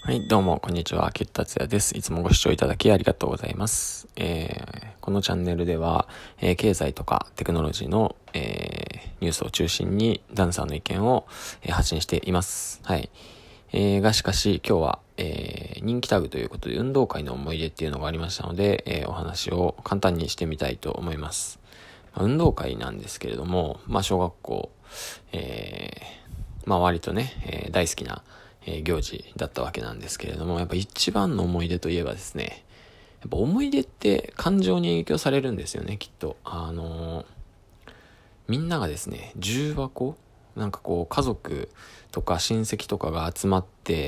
はい、どうも、こんにちは。ケッ達也です。いつもご視聴いただきありがとうございます。このチャンネルでは、経済とかテクノロジーの、ニュースを中心にダンサーの意見を、発信しています。はい。しかし、今日は、人気タグということで、運動会の思い出っていうのがありましたので、お話を簡単にしてみたいと思います。運動会なんですけれども、小学校、割とね、大好きな、行事だったわけなんですけれども、やっぱ一番の思い出といえばですね、やっぱ思い出って感情に影響されるんですよね、きっと。みんながですね、重箱家族とか親戚とかが集まって、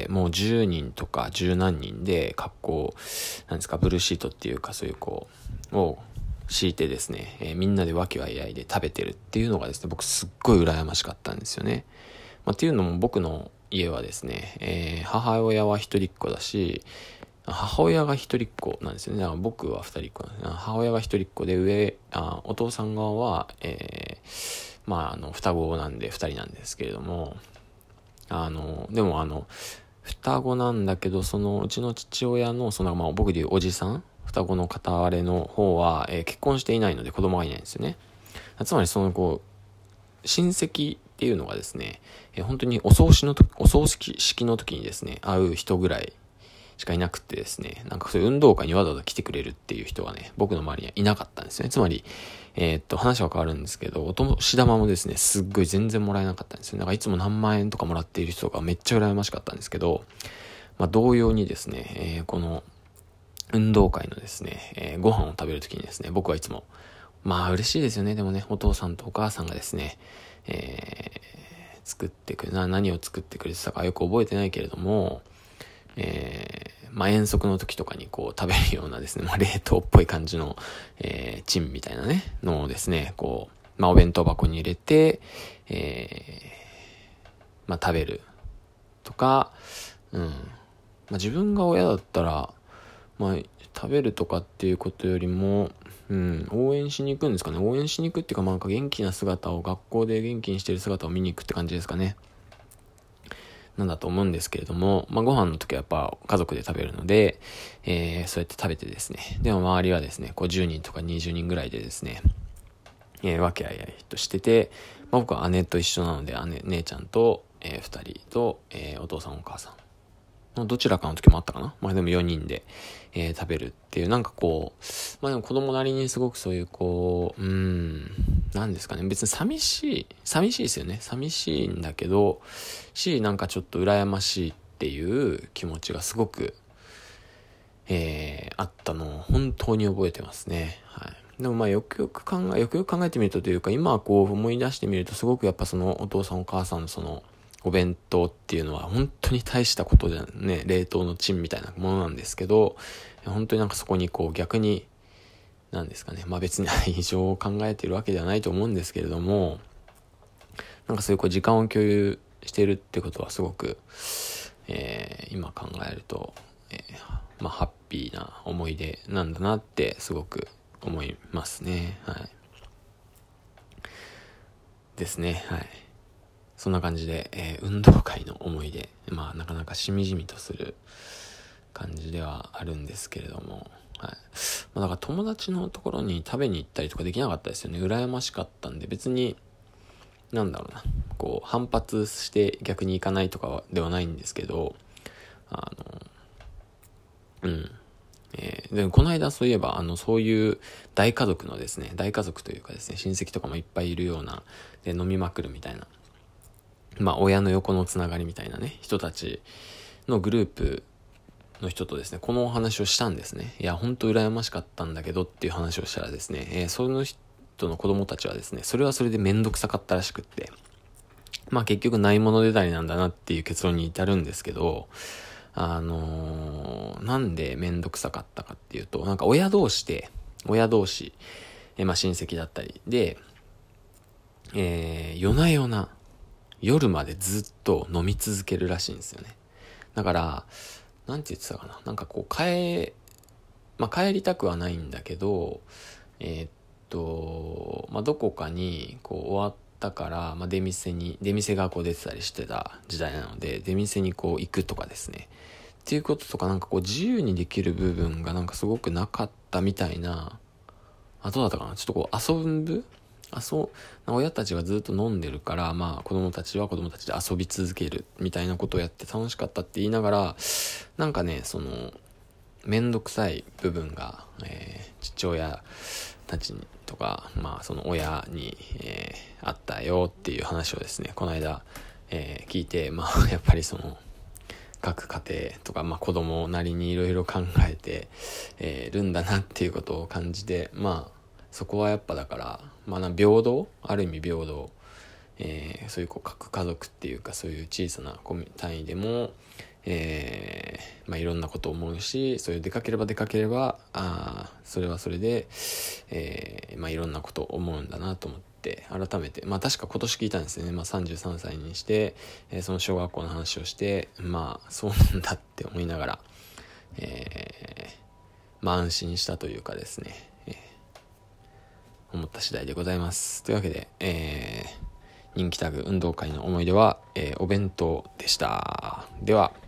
もう10人とか10何人でブルーシートっていうかそういうを敷いてですね、みんなで和気あいあいで食べてるっていうのがですね、僕すっごい羨ましかったんですよね。っていうのも僕の家はですね、母親は一人っ子だし、母親が一人っ子なんですよね。だから僕は二人っ子なんです。母親が一人っ子でお父さん側は、双子なんで二人なんですけれども、双子なんだけど、そのうちの父親の、僕でいうおじさん、双子の片割れの方は、結婚していないので子供がいないんですよね。つまり親戚っていうのがですね、本当にお葬式の時にですね、会う人ぐらいしかいなくてですね、そういう運動会にわざわざ来てくれるっていう人がね、僕の周りにはいなかったんですね。つまり、話は変わるんですけど、お年玉もですね、すっごい全然もらえなかったんですよ。いつも何万円とかもらっている人がめっちゃ羨ましかったんですけど、同様にですね、この運動会のですね、ご飯を食べるときにですね、僕はいつも、嬉しいですよね。でもね、お父さんとお母さんがですね、何を作ってくれてたかよく覚えてないけれども、遠足の時とかに食べるようなですね、冷凍っぽい感じの、チンみたいなね、のをですね、お弁当箱に入れて、食べるとか、自分が親だったら、食べるとかっていうことよりも、応援しに行くんですかね。応援しに行くっていうか、元気な姿を、学校で元気にしてる姿を見に行くって感じですかね。なんだと思うんですけれども、ご飯の時はやっぱ家族で食べるので、そうやって食べてですね。でも周りはですね、10人とか20人ぐらいでですね、和気あいあいとしてて、僕は姉と一緒なので、姉ちゃんと、2人と、お父さんお母さん。どちらかの時もあったかな。でも4人で、食べるっていう、でも子供なりにすごくそういうなんですかね。別に寂しいですよね。寂しいんだけど、ちょっと羨ましいっていう気持ちがすごく、あったのを本当に覚えてますね。はい。でもよくよく考えてみるとというか、今は思い出してみるとすごくやっぱそのお父さんお母さんのお弁当っていうのは本当に大したことじゃね、冷凍のチンみたいなものなんですけど、本当にそこに逆に、なんですかね、別に愛情を考えているわけではないと思うんですけれども、そういう時間を共有しているってことはすごく、今考えると、ハッピーな思い出なんだなってすごく思いますね。はい。ですね。はい。そんな感じで、運動会の思い出、なかなかしみじみとする感じではあるんですけれども、はい。だから友達のところに食べに行ったりとかできなかったですよね。羨ましかったんで、別に、反発して逆に行かないとかではないんですけど、でこの間そういえばそういう大家族というかですね、親戚とかもいっぱいいるようなで飲みまくるみたいな、親の横のつながりみたいなね人たちのグループの人とですね、このお話をしたんですね。いや本当羨ましかったんだけどっていう話をしたらですね、その人の子供たちはですね、それはそれでめんどくさかったらしくって、結局ないものねだりなんだなっていう結論に至るんですけど、なんでめんどくさかったかっていうと、親同士、親戚だったりで、夜までずっと飲み続けるらしいんですよね。だから、なんて言ってたかな。帰りたくはないんだけど、どこかに終わったから、出店が出てたりしてた時代なので、出店に行くとかですね。っっていうこととか、なんかこう自由にできる部分がなんかすごくなかったみたいな。どうだったかな、ちょっとこう親たちがずっと飲んでるから、まあ子供たちは子供たちで遊び続けるみたいなことをやって楽しかったって言いながら、なんかね、めんどくさい部分が、父親たちにとか、まあその親に、あったよっていう話をですね、この間、聞いて、まあやっぱり各家庭とか、まあ子供なりにいろいろ考えて、るんだなっていうことを感じて、まあそこはやっぱだから、まあ平等、ある意味平等、そういう各家族っていうか、そういう小さな単位でも、まあいろんなことを思うし、そういう出かければそれはそれで、まあいろんなことを思うんだなと思って、改めて、まあ確か今年聞いたんですよね。まあ33歳にして、その小学校の話をして、まあそうなんだって思いながら、まあ安心したというかですね、思った次第でございます。というわけで、人気タグ運動会の思い出は、お弁当でした。では。